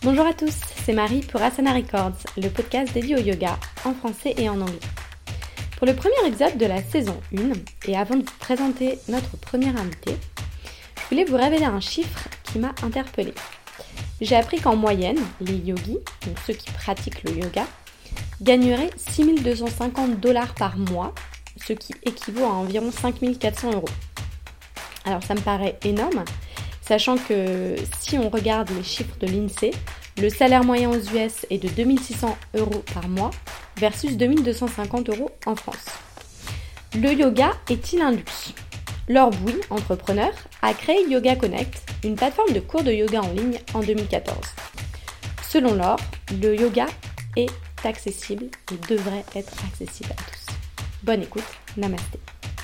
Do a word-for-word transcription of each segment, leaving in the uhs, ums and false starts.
Bonjour à tous, c'est Marie pour Asana Records, le podcast dédié au yoga en français et en anglais. Pour le premier épisode de la saison un, et avant de vous présenter notre premier invité, je voulais vous révéler un chiffre qui m'a interpellée. J'ai appris qu'en moyenne, les yogis, donc ceux qui pratiquent le yoga, gagneraient six mille deux cent cinquante dollars par mois, ce qui équivaut à environ cinq mille quatre cents euros. Alors ça me paraît énorme, sachant que si on regarde les chiffres de l'INSEE, le salaire moyen aux U S est de deux mille six cents euros par mois versus deux mille deux cent cinquante euros en France. Le yoga est-il un luxe ? Laure Bouy, entrepreneur, a créé Yoga Connect, une plateforme de cours de yoga en ligne en deux mille quatorze. Selon Laure, le yoga est accessible et devrait être accessible à tous. Bonne écoute, namasté.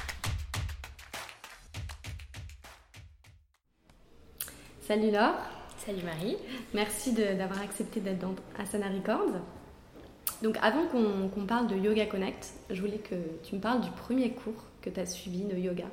Salut Laure. Salut Marie. Merci de, d'avoir accepté d'être dans Asana Records. Donc avant qu'on, qu'on parle de Yoga Connect, je voulais que tu me parles du premier cours que tu as suivi de yoga.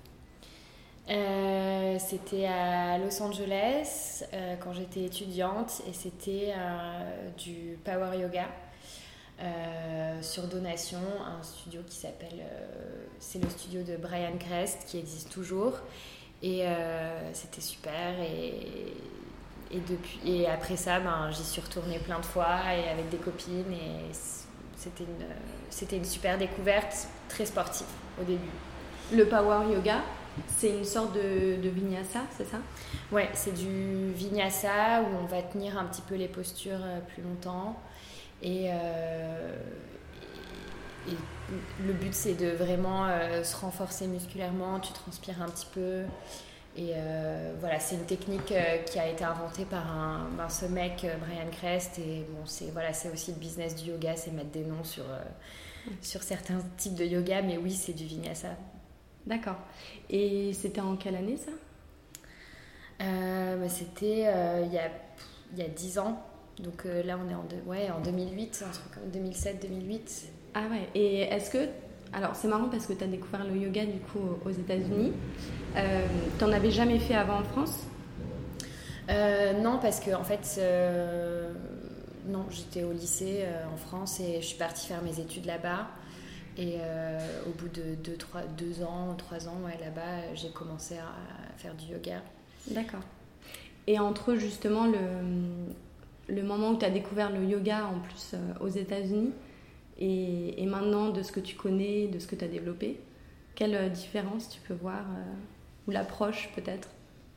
Euh, c'était à Los Angeles euh, quand j'étais étudiante et c'était euh, du Power Yoga euh, sur donation, un studio qui s'appelle, euh, c'est le studio de Brian Crest qui existe toujours et euh, c'était super et, et, depuis, et après ça ben, j'y suis retournée plein de fois et avec des copines et c'était une, c'était une super découverte, très sportive au début. Le Power Yoga, c'est une sorte de, de vinyasa, c'est ça ? Ouais, c'est du vinyasa où on va tenir un petit peu les postures plus longtemps. Et, euh, et, et le but, c'est de vraiment euh, se renforcer musculairement. Tu transpires un petit peu. Et euh, voilà, c'est une technique euh, qui a été inventée par un, ben, ce mec, euh, Brian Crest. Et bon, c'est, voilà, c'est aussi le business du yoga, c'est mettre des noms sur, euh, sur certains types de yoga. Mais oui, c'est du vinyasa. D'accord. Et c'était en quelle année ça ? euh, bah, C'était euh, il y a il y a dix ans. Donc euh, là on est en, de, ouais, en deux mille huit, un truc comme deux mille sept deux mille huit. Ah ouais. Et est-ce que alors c'est marrant parce que tu as découvert le yoga du coup aux États-Unis. Euh, t'en avais jamais fait avant en France ? euh, Non, parce que en fait euh, non, j'étais au lycée euh, en France et je suis partie faire mes études là-bas. Et euh, au bout de deux, trois, deux ans, trois ans, ouais, là-bas, j'ai commencé à faire du yoga. D'accord. Et entre justement le, le moment où tu as découvert le yoga en plus euh, aux États-Unis et, et maintenant de ce que tu connais, de ce que tu as développé, quelle différence tu peux voir euh, ou l'approche peut-être ?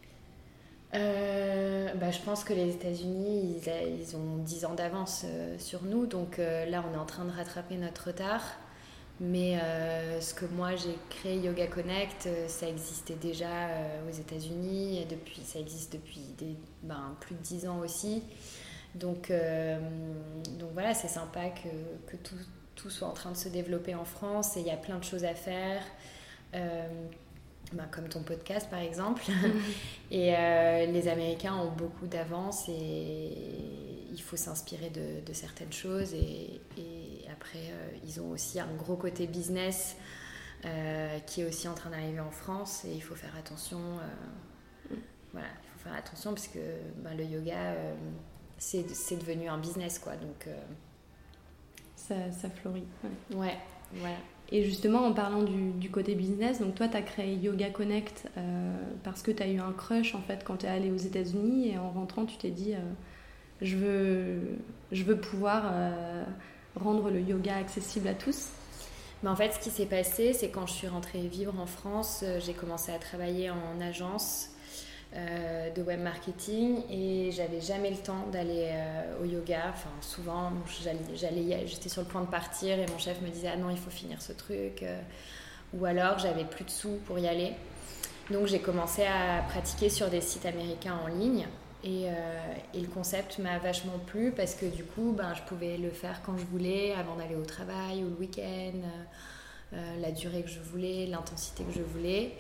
Euh, bah, je pense que les États-Unis, ils, ils ont dix ans d'avance euh, sur nous. Donc euh, là, on est en train de rattraper notre retard. Mais euh, ce que moi j'ai créé Yoga Connect, euh, ça existait déjà euh, aux États-Unis, et depuis, ça existe depuis des, ben, plus de dix ans aussi. Donc, euh, donc voilà, c'est sympa que, que tout, tout soit en train de se développer en France et il y a plein de choses à faire. Euh, ben, comme ton podcast par exemple. Et euh, les Américains ont beaucoup d'avance et il faut s'inspirer de, de certaines choses et, et après euh, ils ont aussi un gros côté business euh, qui est aussi en train d'arriver en France et il faut faire attention euh, voilà, il faut faire attention parce que ben, le yoga euh, c'est, c'est devenu un business quoi, donc euh... ça, ça fleurit. Ouais, ouais, voilà. Et justement, en parlant du, du côté business, donc toi, tu as créé Yoga Connect euh, parce que tu as eu un crush en fait quand tu es allée aux États-Unis et en rentrant, tu t'es dit euh, je, veux, je veux pouvoir euh, rendre le yoga accessible à tous. Mais en fait, ce qui s'est passé, c'est quand je suis rentrée vivre en France, euh, j'ai commencé à travailler en agence euh, de web marketing et j'avais jamais le temps d'aller euh, au yoga. Enfin, souvent, j'allais, j'allais, j'étais sur le point de partir et mon chef me disait « Ah non, il faut finir ce truc euh, ». Ou alors, j'avais plus de sous pour y aller. Donc, j'ai commencé à pratiquer sur des sites américains en ligne. Et, euh, et le concept m'a vachement plu parce que du coup, ben, je pouvais le faire quand je voulais, avant d'aller au travail ou le week-end, euh, la durée que je voulais, l'intensité que je voulais.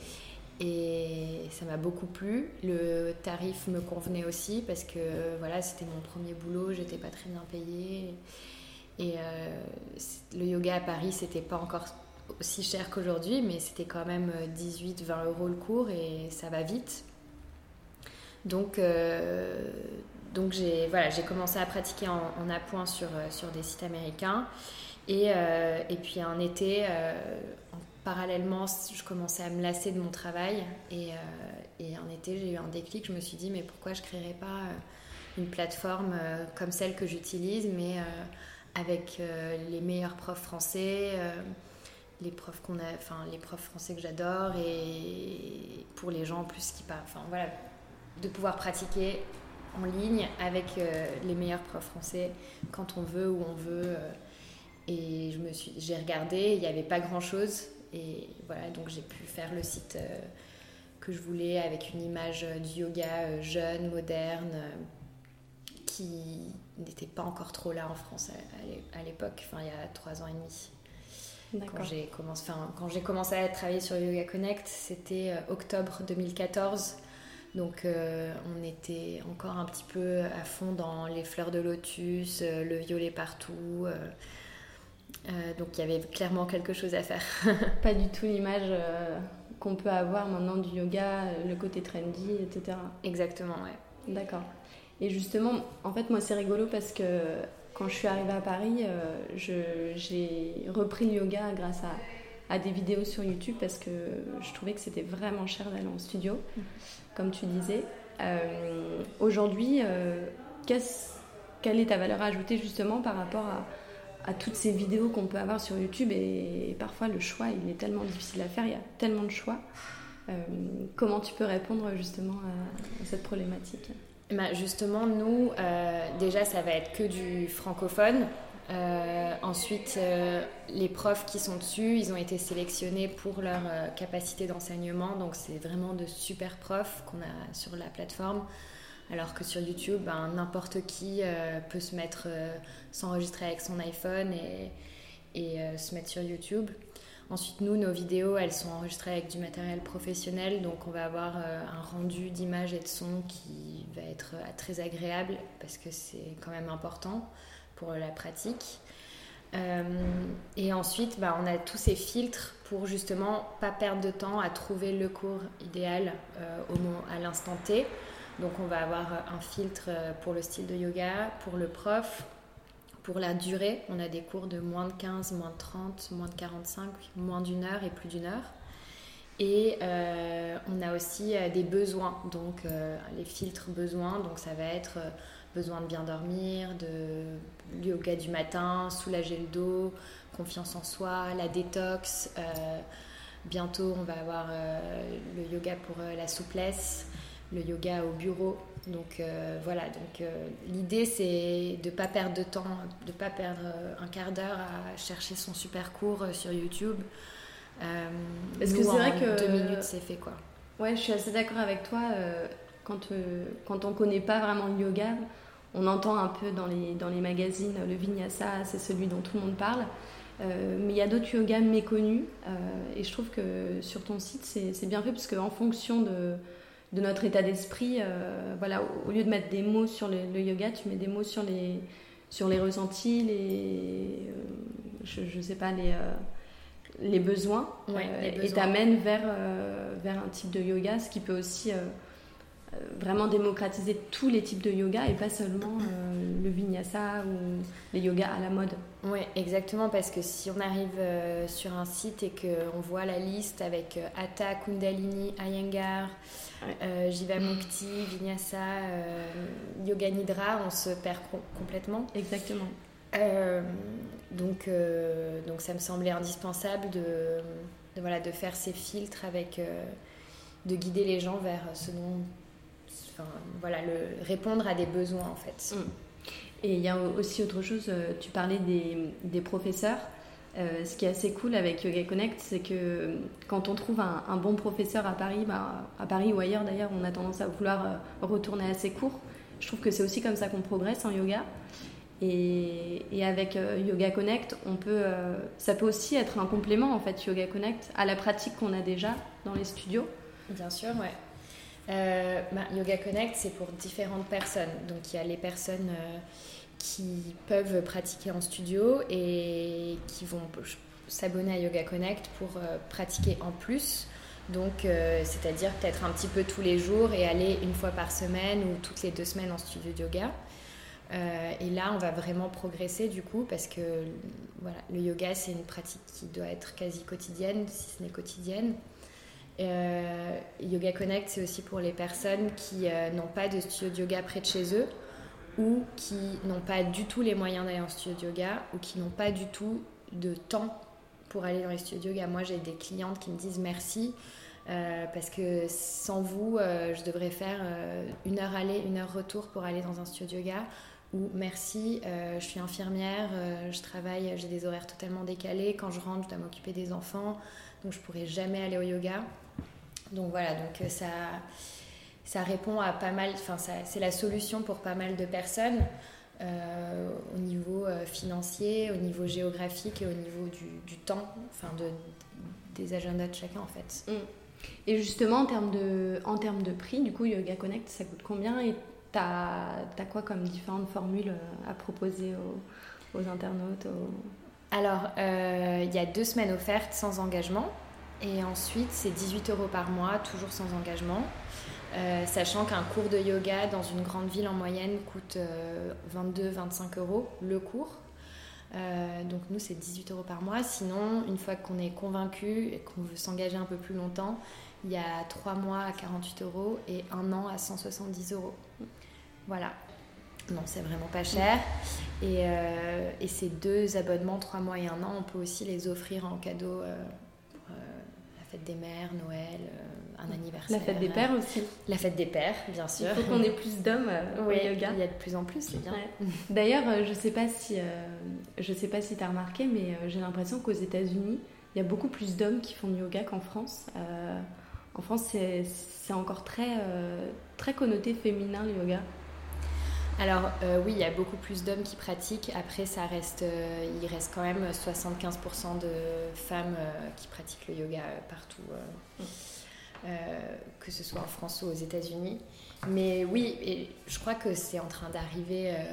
Et ça m'a beaucoup plu. Le tarif me convenait aussi parce que voilà, c'était mon premier boulot, j'étais pas très bien payée. Et euh, le yoga à Paris, c'était pas encore aussi cher qu'aujourd'hui, mais c'était quand même dix-huit à vingt euros le cours et ça va vite. Donc, euh, donc j'ai, voilà, j'ai commencé à pratiquer en, en appoint sur, sur des sites américains. Et, euh, et puis un été, euh, parallèlement, je commençais à me lasser de mon travail. Et, euh, et un été, j'ai eu un déclic. Je me suis dit, mais pourquoi je ne créerais pas une plateforme euh, comme celle que j'utilise, mais euh, avec euh, les meilleurs profs français, euh, les profs qu'on a, enfin les profs français que j'adore, et pour les gens en plus qui parlent, enfin voilà, de pouvoir pratiquer en ligne avec euh, les meilleurs profs français quand on veut, où on veut. Euh, et je me suis, j'ai regardé, il n'y avait pas grand-chose, et voilà, donc j'ai pu faire le site euh, que je voulais avec une image du yoga euh, jeune, moderne, euh, qui n'était pas encore trop là en France à, à l'époque, enfin il y a trois ans et demi. D'accord. Quand j'ai commencé, enfin, quand j'ai commencé à travailler sur Yoga Connect, c'était euh, octobre deux mille quatorze. Donc euh, on était encore un petit peu à fond dans les fleurs de lotus, euh, le violet partout. Euh, euh, donc il y avait clairement quelque chose à faire. Pas du tout l'image euh, qu'on peut avoir maintenant du yoga, le côté trendy, et cetera. Exactement, ouais. D'accord. Et justement, en fait, moi c'est rigolo parce que quand je suis arrivée à Paris, euh, je, j'ai repris le yoga grâce à, à des vidéos sur YouTube parce que je trouvais que c'était vraiment cher d'aller en studio, mmh. comme tu disais. Euh, aujourd'hui, euh, quelle est ta valeur ajoutée justement par rapport à, à toutes ces vidéos qu'on peut avoir sur YouTube, et, et parfois le choix il est tellement difficile à faire, il y a tellement de choix. Euh, comment tu peux répondre justement à, à cette problématique ? Ben justement, nous, euh, déjà, ça va être que du francophone. Euh, ensuite, euh, les profs qui sont dessus, ils ont été sélectionnés pour leur euh, capacité d'enseignement. Donc, c'est vraiment de super profs qu'on a sur la plateforme. Alors que sur YouTube, ben, n'importe qui euh, peut se mettre, euh, s'enregistrer avec son iPhone et, et euh, se mettre sur YouTube. Ensuite, nous, nos vidéos, elles sont enregistrées avec du matériel professionnel, donc on va avoir euh, un rendu d'image et de son qui va être euh, très agréable parce que c'est quand même important pour la pratique. Euh, et ensuite, bah, on a tous ces filtres pour justement pas perdre de temps à trouver le cours idéal euh, au moment, à l'instant T. Donc on va avoir un filtre pour le style de yoga, pour le prof. Pour la durée, on a des cours de moins de quinze, moins de trente, moins de quarante-cinq, moins d'une heure et plus d'une heure. Et euh, on a aussi euh, des besoins, donc euh, les filtres besoins, donc ça va être euh, besoin de bien dormir, de yoga du matin, soulager le dos, confiance en soi, la détox. Euh, bientôt, on va avoir euh, le yoga pour euh, la souplesse, le yoga au bureau. Donc euh, voilà, donc euh, l'idée c'est de ne pas perdre de temps, de ne pas perdre un quart d'heure à chercher son super cours sur YouTube. Euh, Parce que c'est vrai que deux minutes c'est fait quoi. Ouais, je suis assez d'accord avec toi. Euh, quand, euh, quand on ne connaît pas vraiment le yoga, on entend un peu dans les, dans les magazines le vinyasa, c'est celui dont tout le monde parle. Euh, mais il y a d'autres yogas méconnus euh, et je trouve que sur ton site c'est, c'est bien fait parce qu'en fonction de de notre état d'esprit, euh, voilà, au lieu de mettre des mots sur le, le yoga, tu mets des mots sur les, sur les ressentis, les, euh, je, je sais pas, les, euh, les besoins, ouais, euh, les besoins. Et t'amènes vers, euh, vers un type de yoga, ce qui peut aussi euh, euh, vraiment démocratiser tous les types de yoga et pas seulement euh, le vinyasa ou les yogas à la mode. Oui, exactement, parce que si on arrive euh, sur un site et qu'on voit la liste avec euh, Hatha, Kundalini, Iyengar, ouais. euh, Jivamukti, Vinyasa, euh, Yoga Nidra, on se perd com- complètement. Exactement. Euh, donc, euh, donc ça me semblait indispensable de, de, voilà, de faire ces filtres, avec, euh, de guider les gens vers ce dont... Enfin, voilà, le, répondre à des besoins en fait. Mm. Et il y a aussi autre chose, tu parlais des, des professeurs. Euh, ce qui est assez cool avec Yoga Connect, c'est que quand on trouve un, un bon professeur à Paris, bah, à Paris ou ailleurs d'ailleurs, on a tendance à vouloir retourner à ses cours. Je trouve que c'est aussi comme ça qu'on progresse en yoga. Et, et avec euh, Yoga Connect, on peut, euh, ça peut aussi être un complément en fait, Yoga Connect, à la pratique qu'on a déjà dans les studios. Bien sûr, ouais. Euh, bah, Yoga Connect, c'est pour différentes personnes. Donc il y a les personnes euh, qui peuvent pratiquer en studio et qui vont s'abonner à Yoga Connect pour euh, pratiquer en plus. Donc, euh, c'est-à-dire peut-être un petit peu tous les jours et aller une fois par semaine ou toutes les deux semaines en studio de yoga. Euh, et là, on va vraiment progresser du coup parce que voilà, le yoga, c'est une pratique qui doit être quasi quotidienne, si ce n'est quotidienne. Euh, Yoga Connect, c'est aussi pour les personnes qui euh, n'ont pas de studio de yoga près de chez eux ou qui n'ont pas du tout les moyens d'aller en studio de yoga ou qui n'ont pas du tout de temps pour aller dans les studios de yoga. Moi, j'ai des clientes qui me disent merci euh, parce que sans vous, euh, je devrais faire euh, une heure aller, une heure retour pour aller dans un studio de yoga. Ou merci, euh, je suis infirmière, euh, je travaille, j'ai des horaires totalement décalés. Quand je rentre, je dois m'occuper des enfants, donc je pourrais jamais aller au yoga. Donc voilà, donc ça, ça répond à pas mal, enfin ça, c'est la solution pour pas mal de personnes euh, au niveau euh, financier, au niveau géographique et au niveau du, du temps, enfin de, des agendas de chacun en fait. Mmh. Et justement en termes de, en termes de prix, du coup Yoga Connect, ça coûte combien et t'as, t'as quoi comme différentes formules à proposer aux, aux internautes aux... Alors, euh, il y a deux semaines offertes sans engagement. Et ensuite, c'est dix-huit euros par mois, toujours sans engagement. Euh, sachant qu'un cours de yoga dans une grande ville en moyenne coûte euh, vingt-deux à vingt-cinq euros le cours. Euh, donc nous, c'est dix-huit euros par mois. Sinon, une fois qu'on est convaincu et qu'on veut s'engager un peu plus longtemps, il y a trois mois à quarante-huit euros et un an à cent soixante-dix euros. Voilà. Non, c'est vraiment pas cher. Et, euh, et ces deux abonnements, trois mois et un an, on peut aussi les offrir en cadeau euh, pour euh, la fête des mères, Noël, euh, un anniversaire. La fête des pères aussi. La fête des pères, bien sûr. Il faut qu'on ait plus d'hommes euh, oui, au yoga. Il y a de plus en plus, c'est bien. Ouais. D'ailleurs, euh, je sais pas si, euh, je sais pas si tu as remarqué, mais euh, j'ai l'impression qu'aux États-Unis, il y a beaucoup plus d'hommes qui font du yoga qu'en France. Euh, en France, c'est, c'est encore très, euh, très connoté féminin le yoga. Alors euh, oui, il y a beaucoup plus d'hommes qui pratiquent. Après, ça reste, euh, il reste quand même soixante-quinze pour cent de femmes euh, qui pratiquent le yoga partout, euh, euh, que ce soit en France ou aux États-Unis. Mais oui, et je crois que c'est en train d'arriver euh,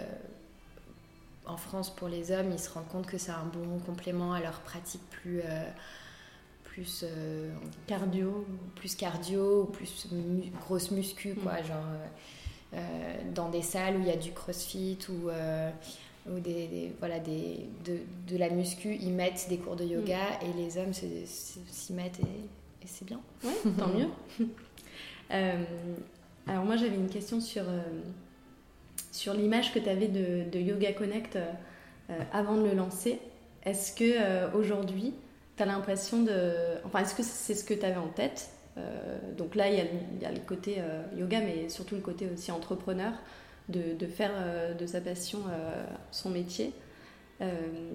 en France pour les hommes. Ils se rendent compte que c'est un bon complément à leur pratique plus, euh, plus euh, cardio, plus cardio, ou plus mu- grosse muscu, quoi, mmh. genre. Euh, Euh, dans des salles où il y a du crossfit ou, euh, ou des, des, voilà, des, de, de la muscu, ils mettent des cours de yoga mmh. et les hommes se, se, s'y mettent et, et c'est bien. Oui, tant mieux. euh, alors moi j'avais une question sur, euh, sur l'image que tu avais de, de Yoga Connect euh, avant de le lancer. Est-ce qu'aujourd'hui euh, tu as l'impression de... Enfin, est-ce que c'est ce que tu avais en tête ? Euh, donc là, il y a, il y a le côté euh, yoga, mais surtout le côté aussi entrepreneur, de, de faire euh, de sa passion euh, son métier. Euh...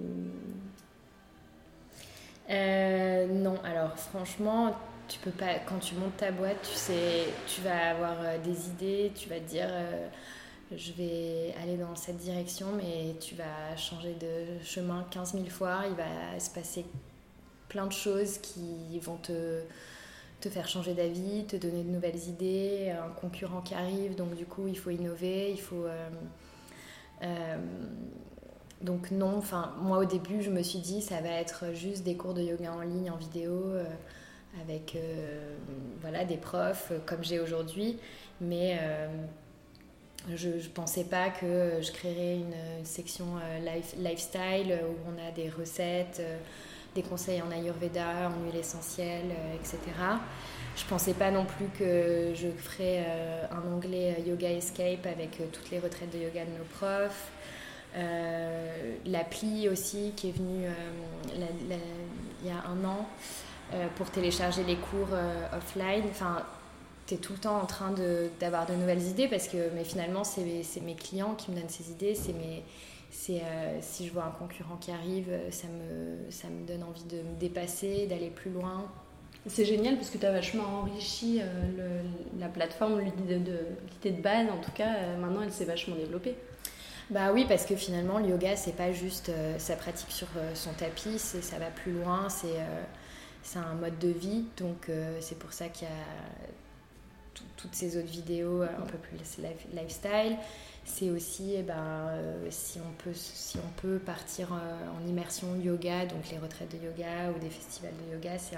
Euh, non, alors franchement, tu peux pas. Quand tu montes ta boîte, tu sais, tu vas avoir euh, des idées, tu vas te dire, euh, je vais aller dans cette direction, mais tu vas changer de chemin quinze mille fois. Il va se passer plein de choses qui vont te te faire changer d'avis, te donner de nouvelles idées, un concurrent qui arrive, donc du coup il faut innover, il faut... Euh, euh, donc non, enfin moi au début je me suis dit ça va être juste des cours de yoga en ligne, en vidéo, euh, avec euh, voilà, des profs euh, comme j'ai aujourd'hui, mais euh, je ne pensais pas que je créerais une, une section euh, life, lifestyle où on a des recettes, euh, des conseils en Ayurveda, en huile essentielle, euh, et cetera. Je ne pensais pas non plus que je ferais euh, un onglet Yoga Escape avec euh, toutes les retraites de yoga de nos profs. Euh, l'appli aussi qui est venue euh, la, la, il y a un an euh, pour télécharger les cours euh, offline. Enfin, tu es tout le temps en train de, d'avoir de nouvelles idées parce que mais finalement, c'est, c'est mes clients qui me donnent ces idées, c'est mes... C'est, euh, si je vois un concurrent qui arrive, ça me, ça me donne envie de me dépasser, d'aller plus loin. C'est génial parce que tu as vachement enrichi euh, le, la plateforme, l'idée de, l'idée de base, en tout cas, euh, maintenant elle s'est vachement développée. Bah oui, parce que finalement, le yoga, c'est pas juste euh, sa pratique sur euh, son tapis, c'est, ça va plus loin, c'est, euh, c'est un mode de vie, donc euh, c'est pour ça qu'il y a tout, toutes ces autres vidéos un peu plus lifestyle. C'est aussi, eh ben, euh, si, on peut, si on peut partir euh, en immersion yoga, donc les retraites de yoga ou des festivals de yoga, c'est, un,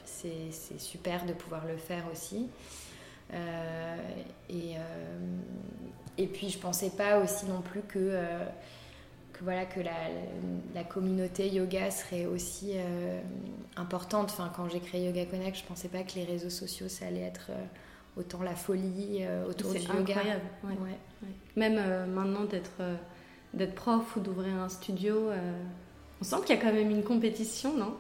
c'est, c'est super de pouvoir le faire aussi. Euh, et, euh, et puis je pensais pas aussi non plus que, euh, que, voilà, que la, la communauté yoga serait aussi euh, importante. Enfin, quand j'ai créé Yoga Connect, je pensais pas que les réseaux sociaux ça allait être euh, autant la folie euh, autour c'est du yoga. Incroyable, ouais. Ouais. Ouais. Même euh, maintenant d'être, euh, d'être prof ou d'ouvrir un studio, euh, on sent qu'il y a quand même une compétition, non?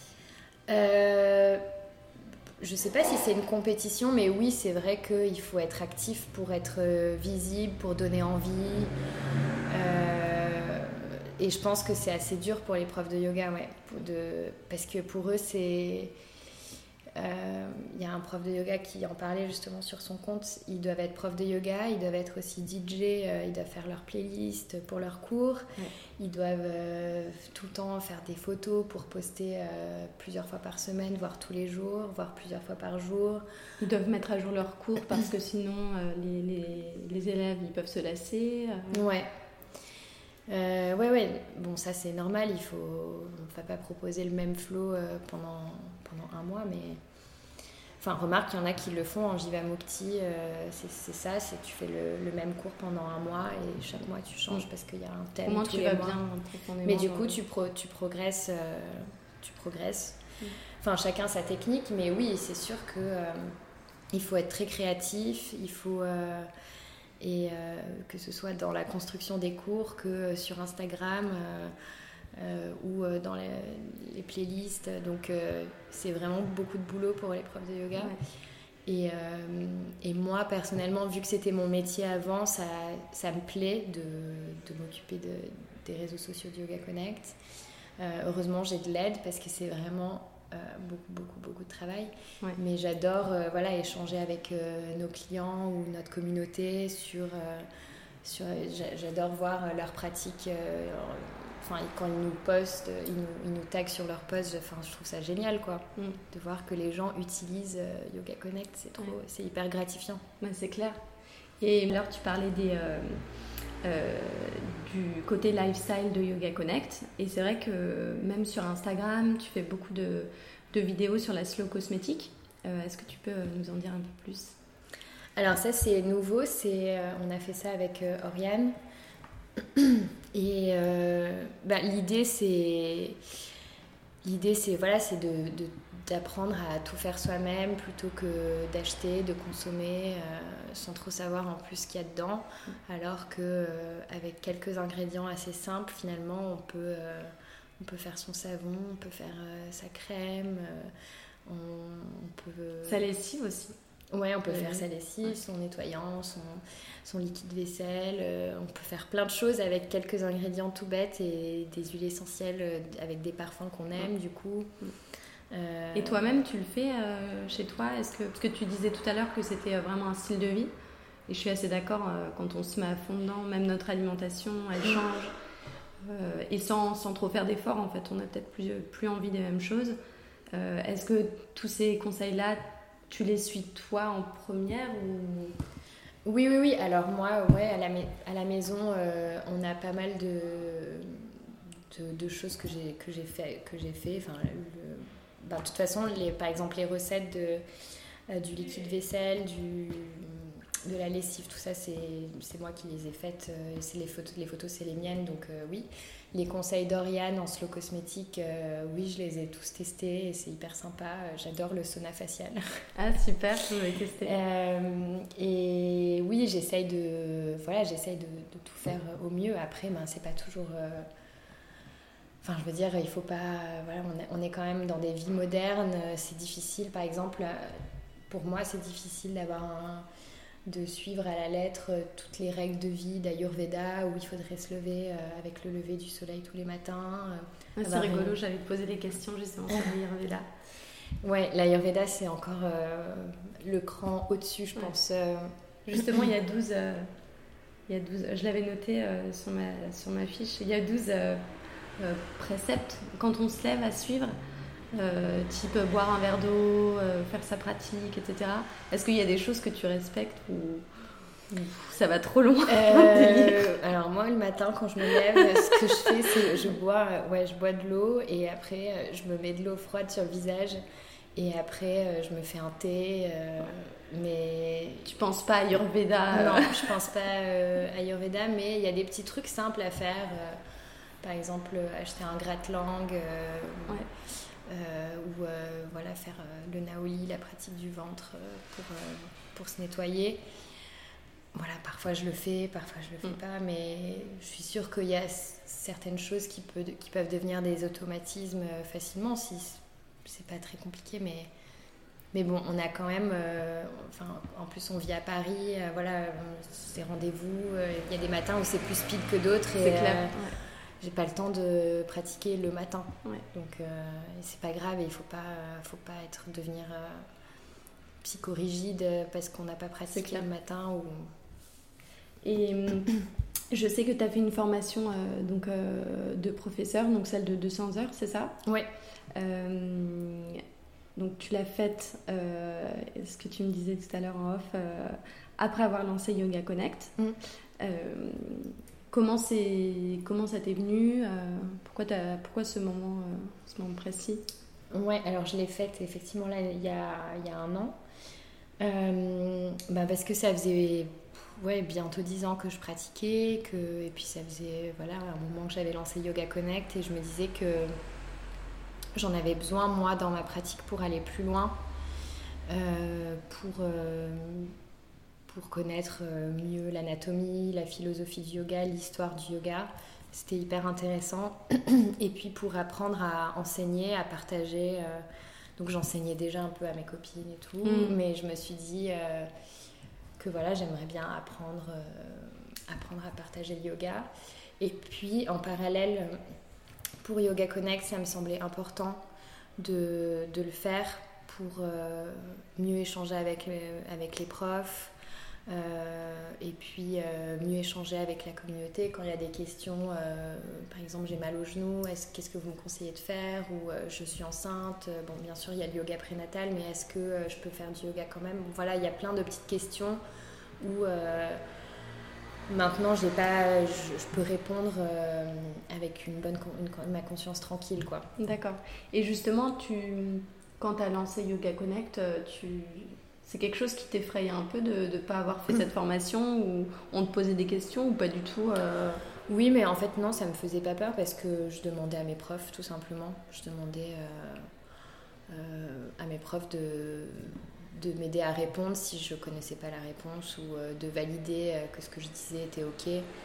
euh, Je sais pas si c'est une compétition, mais oui, c'est vrai qu'il faut être actif pour être visible, pour donner envie. Euh, et je pense que c'est assez dur pour les profs de yoga, ouais, pour de, parce que pour eux, c'est... Il euh, y a un prof de yoga qui en parlait justement sur son compte. Ils doivent être profs de yoga, ils doivent être aussi D J, euh, ils doivent faire leur playlist pour leurs cours. Ouais. Ils doivent euh, tout le temps faire des photos pour poster euh, plusieurs fois par semaine, voire tous les jours, voire plusieurs fois par jour. Ils doivent mettre à jour leurs cours parce que sinon euh, les, les, les élèves ils peuvent se lasser. Euh... Ouais. Euh, ouais, ouais. Bon, ça c'est normal. Il faut, on ne va pas proposer le même flow euh, pendant pendant un mois, mais enfin remarque, il y en a qui le font en Jivamukti. Euh, c'est, c'est ça, c'est tu fais le, le même cours pendant un mois et chaque mois tu changes parce qu'il y a un thème. Comment tous tu les vas mois. bien Mais du coup, tu pro, tu progresses, euh, tu progresses. Mm. Enfin, chacun sa technique, mais oui, c'est sûr que euh, il faut être très créatif. Il faut euh, et euh, que ce soit dans la construction des cours que sur Instagram euh, euh, ou dans les, les playlists. Donc euh, c'est vraiment beaucoup de boulot pour les profs de yoga. Ouais. Et, euh, et moi personnellement, vu que c'était mon métier avant, ça, ça me plaît de, de m'occuper de, des réseaux sociaux de Yoga Connect. Euh, heureusement j'ai de l'aide parce que c'est vraiment Euh, beaucoup, beaucoup, beaucoup de travail. Ouais. Mais j'adore euh, voilà, échanger avec euh, nos clients ou notre communauté sur... Euh, sur j'adore voir leurs pratiques. Euh, enfin, quand ils nous postent, ils nous, ils nous taguent sur leurs posts. Enfin, je trouve ça génial, quoi. Mm. De voir que les gens utilisent euh, Yoga Connect, c'est, trop, ouais. c'est hyper gratifiant. Ouais, c'est clair. Et alors, tu parlais des... Euh... Euh, du côté lifestyle de Yoga Connect, et c'est vrai que même sur Instagram tu fais beaucoup de, de vidéos sur la slow cosmétique. Euh, est-ce que tu peux nous en dire un peu plus? Alors ça c'est nouveau, c'est, euh, on a fait ça avec euh, Oriane et euh, bah, l'idée c'est l'idée c'est voilà c'est de, de d'apprendre à tout faire soi-même plutôt que d'acheter, de consommer euh, sans trop savoir en plus ce qu'il y a dedans, alors que euh, avec quelques ingrédients assez simples finalement on peut euh, on peut faire son savon, on peut faire euh, sa crème, euh, on, on peut sa lessive aussi. Ouais, on peut faire sa lessive, son nettoyant, son, son liquide vaisselle. Euh, on peut faire plein de choses avec quelques ingrédients tout bêtes et des huiles essentielles avec des parfums qu'on aime, du coup. Euh... Et toi-même, tu le fais euh, chez toi? Est-ce que, parce que tu disais tout à l'heure que c'était vraiment un style de vie. Et je suis assez d'accord, euh, quand on se met à fond dedans, même notre alimentation, elle change. Euh, et sans, sans trop faire d'efforts, en fait, on a peut-être plus, plus envie des mêmes choses. Euh, est-ce que tous ces conseils-là, tu les suis toi en première ou... Oui, oui, oui. Alors moi, ouais, à la, à la maison, euh, on a pas mal de, de, de choses que j'ai, que j'ai fait. Que j'ai fait. Enfin, le, ben, de toute façon, les, par exemple, les recettes de, euh, du liquide vaisselle, du, de la lessive, tout ça, c'est, c'est moi qui les ai faites. Euh, c'est les, photos, les photos, c'est les miennes, donc euh, oui. Les conseils d'Oriane en slow cosmétique, euh, oui, je les ai tous testés et c'est hyper sympa. J'adore le sauna facial. Ah, super, je vais tester. Euh, et oui, j'essaye de, voilà, j'essaye de, de tout faire au mieux. Après, ben, c'est pas toujours... Euh... Enfin, je veux dire, il faut pas... Voilà, on est, on est quand même dans des vies modernes. C'est difficile, par exemple, pour moi, c'est difficile d'avoir un... de suivre à la lettre toutes les règles de vie d'Ayurveda où il faudrait se lever avec le lever du soleil tous les matins. Ah, c'est rigolo, une... j'avais posé des questions justement sur l'Ayurveda. Ouais, l'Ayurveda c'est encore euh, le cran au-dessus, je ouais. pense. Euh... Justement, il y a douze, euh, il y a douze, je l'avais noté euh, sur, ma, sur ma fiche, il y a douze euh, euh, préceptes quand on se lève à suivre. Euh, type euh, boire un verre d'eau, euh, faire sa pratique, et cetera. Est-ce qu'il y a des choses que tu respectes ou, ou ça va trop loin euh, Alors moi le matin quand je me lève, ce que je fais c'est je bois, ouais, je bois de l'eau et après je me mets de l'eau froide sur le visage Et après, euh, je me fais un thé. Euh, mais tu penses pas à Ayurveda? Non, je pense pas euh, à Ayurveda, mais il y a des petits trucs simples à faire. Euh, par exemple, acheter un gratte-langue. Euh, ouais. Euh, ou euh, voilà, faire euh, le naoli, la pratique du ventre euh, pour, euh, pour se nettoyer. Voilà, parfois je le fais, parfois je le fais mm. pas, mais je suis sûre qu'il y a certaines choses qui, peut, qui peuvent devenir des automatismes euh, facilement, si c'est pas très compliqué, mais, mais bon, on a quand même, euh, enfin, en plus on vit à Paris, euh, voilà, c'est rendez-vous, il euh, y a des matins où c'est plus speed que d'autres. C'est clair. Euh, ouais. J'ai pas le temps de pratiquer le matin, ouais. donc euh, c'est pas grave et il faut pas, faut pas être devenir euh, psychorigide parce qu'on n'a pas pratiqué le matin. Ou... Et je sais que tu as fait une formation euh, donc, euh, de professeur, donc celle de deux cents heures, c'est ça? Oui. Euh, donc tu l'as faite, euh, ce que tu me disais tout à l'heure en off, euh, après avoir lancé Yoga Connect. Mm. Euh, Comment, c'est, comment ça t'est venu euh, pourquoi, t'as, pourquoi ce moment, euh, ce moment précis? Ouais, alors je l'ai faite effectivement là il y a, il y a un an. Euh, bah parce que ça faisait ouais, bientôt dix ans que je pratiquais, que, et puis ça faisait voilà, un moment que j'avais lancé Yoga Connect et je me disais que j'en avais besoin moi dans ma pratique pour aller plus loin, euh, pour... Euh, pour connaître mieux l'anatomie, la philosophie du yoga, l'histoire du yoga. C'était hyper intéressant. Et puis pour apprendre à enseigner, à partager. Euh, donc j'enseignais déjà un peu à mes copines et tout, mmh. mais je me suis dit euh, que voilà, j'aimerais bien apprendre, euh, apprendre à partager le yoga. Et puis en parallèle, pour Yoga Connect, ça me semblait important de, de le faire pour euh, mieux échanger avec, avec les profs. Euh, et puis euh, mieux échanger avec la communauté quand il y a des questions, euh, par exemple j'ai mal au genou, est-ce, qu'est-ce que vous me conseillez de faire, ou euh, je suis enceinte, bon bien sûr il y a le yoga prénatal, mais est-ce que euh, je peux faire du yoga quand même? Bon, voilà, il y a plein de petites questions où euh, maintenant j'ai pas, je, je peux répondre euh, avec une bonne une, ma conscience tranquille, quoi. D'accord. Et justement, tu, quand tu as lancé Yoga Connect, tu... c'est quelque chose qui t'effrayait un peu de ne pas avoir fait cette formation, ou on te posait des questions ou pas du tout euh... Oui, mais en fait non, ça me faisait pas peur parce que je demandais à mes profs tout simplement. Je demandais euh, euh, à mes profs de, de m'aider à répondre si je connaissais pas la réponse, ou euh, de valider euh, que ce que je disais était ok.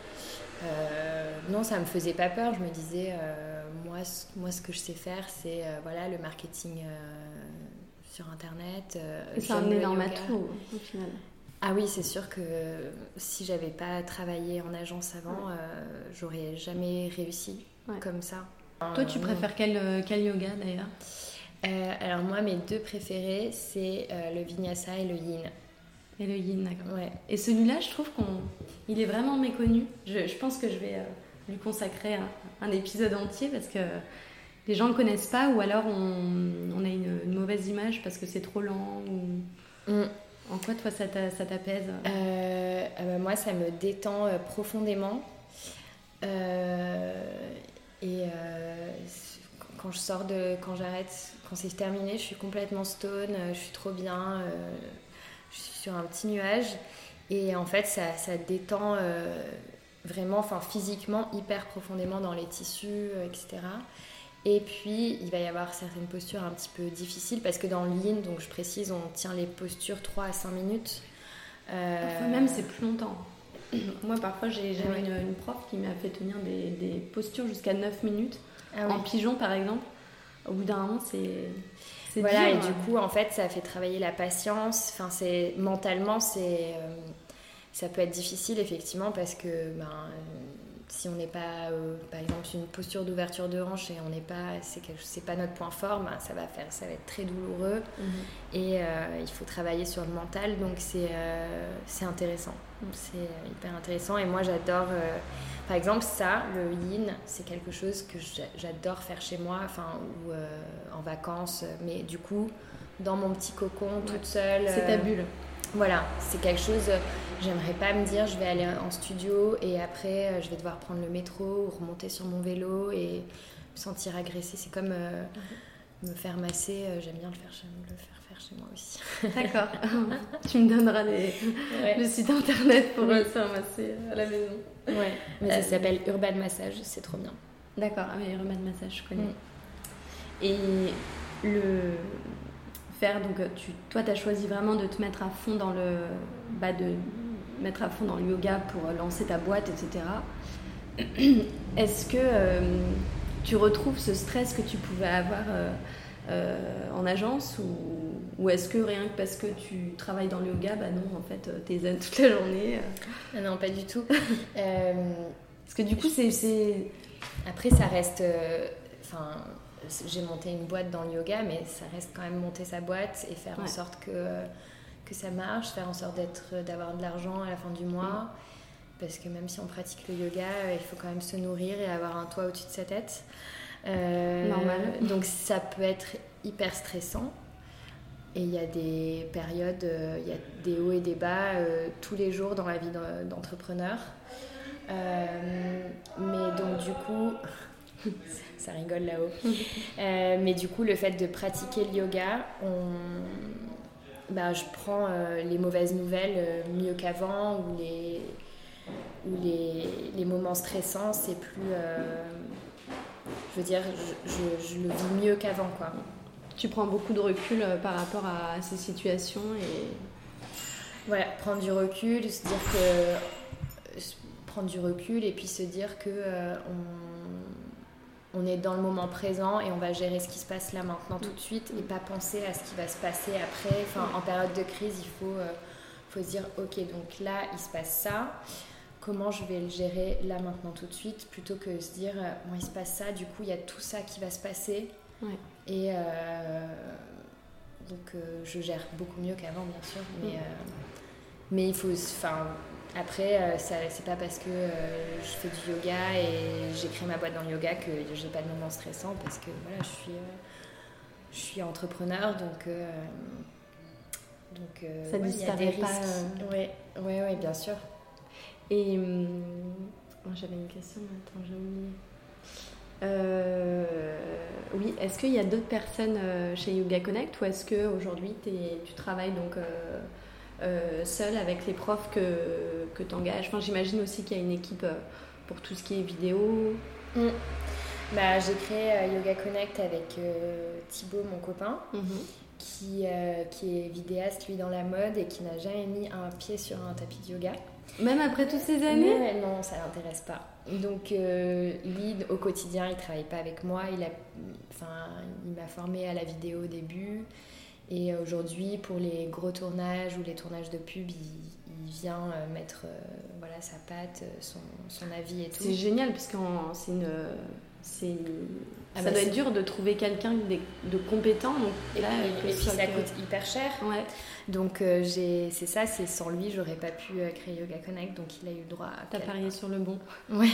Euh, non, ça me faisait pas peur. Je me disais, euh, moi, c- moi ce que je sais faire, c'est euh, voilà, le marketing euh, sur internet. Euh, c'est un énorme atout au final. Ah oui, c'est sûr que si j'avais pas travaillé en agence avant, ouais. euh, j'aurais jamais réussi ouais. comme ça. Toi, tu euh, préfères quel, quel yoga d'ailleurs? euh, Alors moi, mes deux préférés, c'est euh, le Vinyasa et le Yin. Et le Yin, d'accord. Ouais. Et celui-là, je trouve qu'il est vraiment méconnu. Je, je pense que je vais euh, lui consacrer un, un épisode entier parce que les gens ne le connaissent pas, ou alors on, on a une, une mauvaise image parce que c'est trop lent. Ou... Mm. En quoi, toi, ça, t'a, ça t'apaise? euh, euh, Moi, ça me détend euh, profondément. Euh, et euh, quand je sors de... Quand j'arrête, quand c'est terminé, je suis complètement stone, je suis trop bien, euh, je suis sur un petit nuage. Et en fait, ça, ça détend euh, vraiment, enfin, physiquement, hyper profondément dans les tissus, euh, et cetera. Et puis, il va y avoir certaines postures un petit peu difficiles parce que dans le Yin, donc je précise, on tient les postures trois à cinq minutes. Euh... Parfois même, c'est plus longtemps. Moi, parfois, j'ai, j'avais ouais. une, une prof qui m'a fait tenir des, des postures jusqu'à neuf minutes. Ah, en oui. pigeon, par exemple. Au bout d'un moment, c'est, c'est voilà, dur. Et du coup, en fait, ça fait travailler la patience. Enfin, c'est, mentalement, c'est, euh, ça peut être difficile, effectivement, parce que... Ben, si on n'est pas, euh, par exemple, une posture d'ouverture de hanche et on n'est pas, c'est, quelque, c'est pas notre point fort, ben ça va faire, ça va être très douloureux. Mm-hmm. Et euh, il faut travailler sur le mental, donc c'est, euh, c'est intéressant. Mm. C'est euh, hyper intéressant. Et moi, j'adore, euh, par exemple, ça, le Yin, c'est quelque chose que j'adore faire chez moi, enfin, ou euh, en vacances, mais du coup, dans mon petit cocon, ouais. toute seule. C'est ta bulle. Voilà, c'est quelque chose, j'aimerais pas me dire je vais aller en studio et après je vais devoir prendre le métro ou remonter sur mon vélo et me sentir agressée. C'est comme, euh, me faire masser, euh, j'aime bien le faire, chez, le faire faire chez moi aussi. D'accord. Tu me donneras les, ouais. le site internet pour oui. se faire masser à la maison. Ouais, mais euh, ça s'appelle Urban Massage, c'est trop bien. D'accord, ah mais Urban Massage, je connais. Mm. Et le faire, donc tu, toi tu as choisi vraiment de te mettre à fond dans le, bah de mettre à fond dans le yoga pour lancer ta boîte, et cetera. Est-ce que euh, tu retrouves ce stress que tu pouvais avoir euh, euh, en agence ou, ou est-ce que rien que parce que tu travailles dans le yoga, bah non, en fait, t'es zen toute la journée euh... Non, pas du tout. euh, parce que du coup, c'est... c'est... Après, ça reste... Enfin, euh, j'ai monté une boîte dans le yoga, mais ça reste quand même monter sa boîte et faire ouais. en sorte que, que ça marche, faire en sorte d'être, d'avoir de l'argent à la fin du mois. Mmh. Parce que même si on pratique le yoga, il faut quand même se nourrir et avoir un toit au-dessus de sa tête. Euh, Normal. Donc ça peut être hyper stressant. Et il y a des périodes, euh, il y a des hauts et des bas euh, tous les jours dans la vie d'entrepreneur. Euh, mais donc du coup, ça rigole là-haut. Euh, mais du coup, le fait de pratiquer le yoga, on, bah, je prends euh, les mauvaises nouvelles euh, mieux qu'avant ou les... où les, les moments stressants, c'est plus... Euh, je veux dire, je, je, je le vis mieux qu'avant, quoi. Tu prends beaucoup de recul euh, par rapport à ces situations et... Voilà, prendre du recul, se dire que... Prendre du recul et puis se dire que euh, on, on est dans le moment présent et on va gérer ce qui se passe là, maintenant, tout de suite et pas penser à ce qui va se passer après. Enfin, en période de crise, il faut, euh, faut se dire, ok, donc là, il se passe ça. Comment je vais le gérer là, maintenant, tout de suite, plutôt que se dire, euh, bon, il se passe ça, du coup, il y a tout ça qui va se passer. Ouais. Et euh, donc, euh, je gère beaucoup mieux qu'avant, bien sûr. Mais, mmh. euh, mais il faut... Enfin, après, euh, ça, c'est pas parce que euh, je fais du yoga et j'ai créé ma boîte dans le yoga que j'ai pas de moments stressants, parce que voilà, je suis, euh, je suis entrepreneur, donc... Euh, donc euh, ça ne ouais, disparaît pas. Euh... Oui, ouais, ouais, bien sûr. Et hum, oh, j'avais une question, mais attends, j'ai oublié. Euh, oui, est-ce qu'il y a d'autres personnes euh, chez Yoga Connect ou est-ce qu'aujourd'hui tu travailles donc euh, euh, seule avec les profs que, que tu engages? Enfin, j'imagine aussi qu'il y a une équipe euh, pour tout ce qui est vidéo. Mmh. Bah, j'ai créé euh, Yoga Connect avec euh, Thibaut, mon copain. Mmh. Qui, euh, qui est vidéaste, lui, dans la mode et qui n'a jamais mis un pied sur un tapis de yoga. Même après toutes ces années? Mais non, ça ne l'intéresse pas. Donc, euh, lui, au quotidien, il ne travaille pas avec moi. Il, a, enfin, il m'a formée à la vidéo au début. Et aujourd'hui, pour les gros tournages ou les tournages de pub, il, il vient euh, mettre euh, voilà, sa patte, son, son avis et tout. C'est génial parce que c'est une... C'est... Ah ça bah doit c'est... être dur de trouver quelqu'un de, de compétent. Donc et là, puis, et puis ça que... coûte hyper cher. Ouais. Donc euh, j'ai... c'est ça, c'est sans lui, j'aurais pas pu euh, créer Yoga Connect. Donc il a eu droit à... T'as parié sur le bon. Ouais.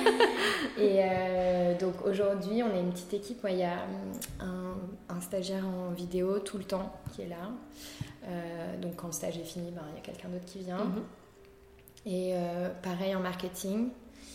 Et euh, donc aujourd'hui, on est une petite équipe. Il ouais, y a un, un stagiaire en vidéo tout le temps qui est là. Euh, donc quand le stage est fini, ben, y a quelqu'un d'autre qui vient. Mm-hmm. Et euh, pareil en marketing.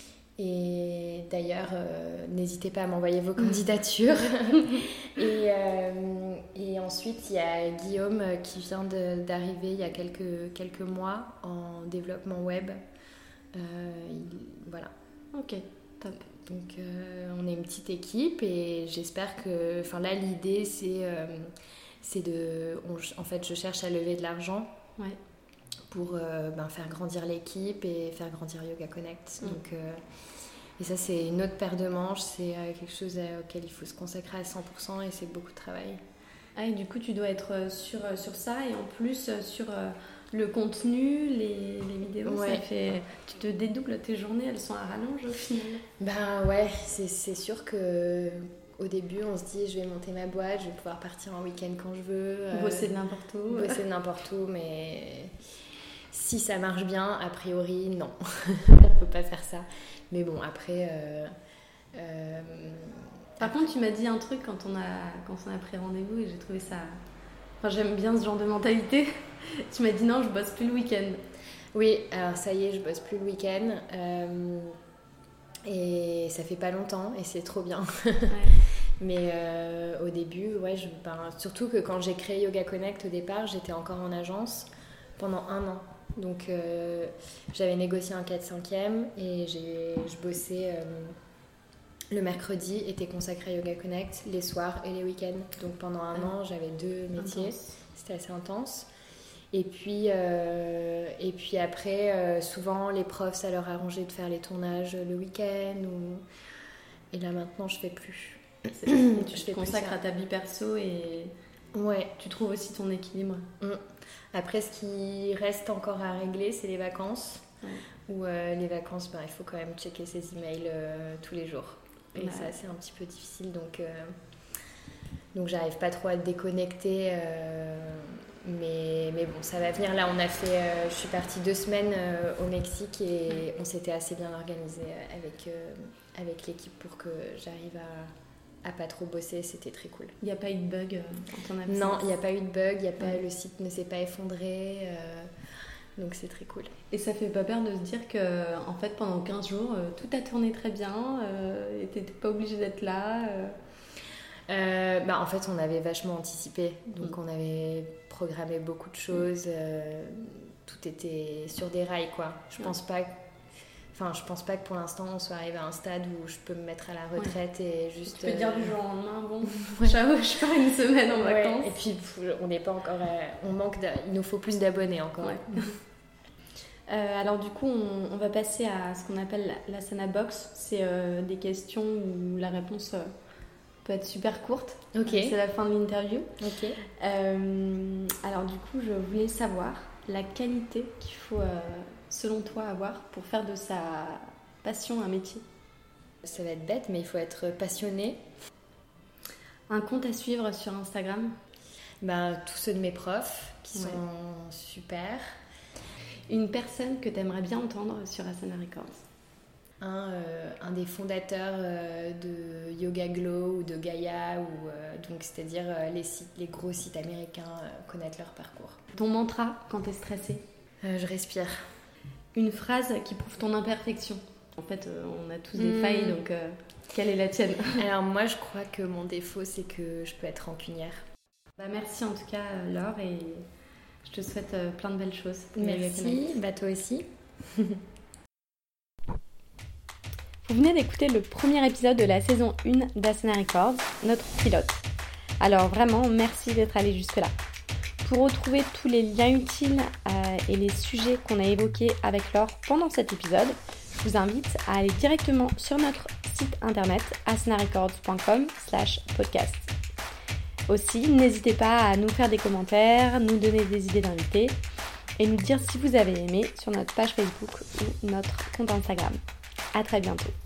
Et d'ailleurs, euh, n'hésitez pas à m'envoyer vos candidatures. et, euh, et ensuite, il y a Guillaume qui vient de, d'arriver il y a quelques, quelques mois en développement web. Euh, il, voilà. Ok, top. Donc, euh, on est une petite équipe et j'espère que... Enfin là, l'idée, c'est, euh, c'est de... On, en fait, je cherche à lever de l'argent. Ouais. Pour euh, ben, faire grandir l'équipe et faire grandir Yoga Connect. Mmh. Donc, euh, et ça, c'est une autre paire de manches, c'est euh, quelque chose auquel il faut se consacrer à cent pour cent et c'est beaucoup de travail. Ah, et du coup, tu dois être sur, sur ça et en plus sur euh, le contenu, les, les vidéos. Ouais. Ça fait, tu te dédoubles, tes journées, elles sont à rallonge au final. Ben ouais, c'est, c'est sûr que... Au début, on se dit, je vais monter ma boîte, je vais pouvoir partir en week-end quand je veux. Euh, bosser de n'importe où. Bosser de n'importe où, mais... Si ça marche bien, a priori, non. On ne peut pas faire ça. Mais bon, après... Euh, euh, Par après... contre, tu m'as dit un truc quand on a, quand on a pris rendez-vous et j'ai trouvé ça... Enfin, j'aime bien ce genre de mentalité. Tu m'as dit non, je bosse plus le week-end. Oui, alors ça y est, je bosse plus le week-end. Euh, et ça fait pas longtemps et c'est trop bien. Ouais. Mais euh, au début, ouais, je, ben, surtout que quand j'ai créé Yoga Connect au départ, j'étais encore en agence pendant un an. Donc euh, j'avais négocié un quatre cinquième et j'ai, je bossais euh, le mercredi, était consacré à Yoga Connect les soirs et les week-ends. Donc pendant un ah, an, j'avais deux métiers. Intense. C'était assez intense. Et puis, euh, et puis après, euh, souvent les profs, ça leur arrangeait de faire les tournages le week-end. Ou... Et là maintenant, je fais plus. C'est tu te consacres à ta vie perso et ouais. Tu trouves aussi ton équilibre. Mmh. Après, ce qui reste encore à régler, c'est les vacances. Ouais. Où euh, les vacances, ben, il faut quand même checker ses emails euh, tous les jours. Et ouais. ça, c'est un petit peu difficile. Donc, euh, donc j'arrive pas trop à déconnecter. Euh, mais, mais bon, ça va venir. Là, on a fait... Euh, je suis partie deux semaines euh, au Mexique et ouais. on s'était assez bien organisé avec, euh, avec l'équipe pour que j'arrive à... à pas trop bosser, c'était très cool. Il n'y a pas eu de bug en ton absence? Non, il n'y a pas eu de bug, y a pas, ouais. le site ne s'est pas effondré, euh, donc c'est très cool. Et ça fait pas peur de se dire que en fait, pendant quinze jours, euh, tout a tourné très bien, euh, et tu n'étais pas obligée d'être là euh... Euh, bah, en fait, on avait vachement anticipé, donc mmh. on avait programmé beaucoup de choses, euh, tout était sur des rails, quoi. Je mmh. pense pas que Enfin, je pense pas que pour l'instant on soit arrivé à un stade où je peux me mettre à la retraite ouais. et juste. Tu peux euh... dire du jour au lendemain, bon, ouais. ciao, je pars une semaine en ouais. vacances. Et puis on n'est pas encore, à... on manque, d'a... il nous faut plus d'abonnés encore. Ouais. euh, alors du coup, on, on va passer à ce qu'on appelle l'Asana Box. C'est euh, des questions où la réponse euh, peut être super courte. Ok. C'est la fin de l'interview. Ok. Euh, alors du coup, je voulais savoir la qualité qu'il faut. Euh, selon toi, avoir pour faire de sa passion un métier? Ça va être bête, mais il faut être passionné. Un compte à suivre sur Instagram? Ben, tous ceux de mes profs, qui ouais. sont super. Une personne que tu aimerais bien entendre sur Asana Records? Un, euh, un des fondateurs euh, de Yoga Glow ou de Gaia, ou, euh, donc, c'est-à-dire euh, les, sites, les gros sites américains, euh, connaître leur parcours. Ton mantra quand tu es stressée? euh, Je respire. Une phrase qui prouve ton imperfection. En fait, euh, on a tous des mmh. failles, donc euh, quelle est la tienne? Alors moi, je crois que mon défaut, c'est que je peux être rancunière. Bah, merci en tout cas, Laure, et je te souhaite euh, plein de belles choses. Merci, bah, toi aussi. Vous venez d'écouter le premier épisode de la saison un d'Asana Records, notre pilote. Alors vraiment, merci d'être allé jusque-là. Pour retrouver tous les liens utiles euh, et les sujets qu'on a évoqués avec Laure pendant cet épisode, je vous invite à aller directement sur notre site internet asanarecords point com slash podcast. Aussi, n'hésitez pas à nous faire des commentaires, nous donner des idées d'invités et nous dire si vous avez aimé sur notre page Facebook ou notre compte Instagram. À très bientôt.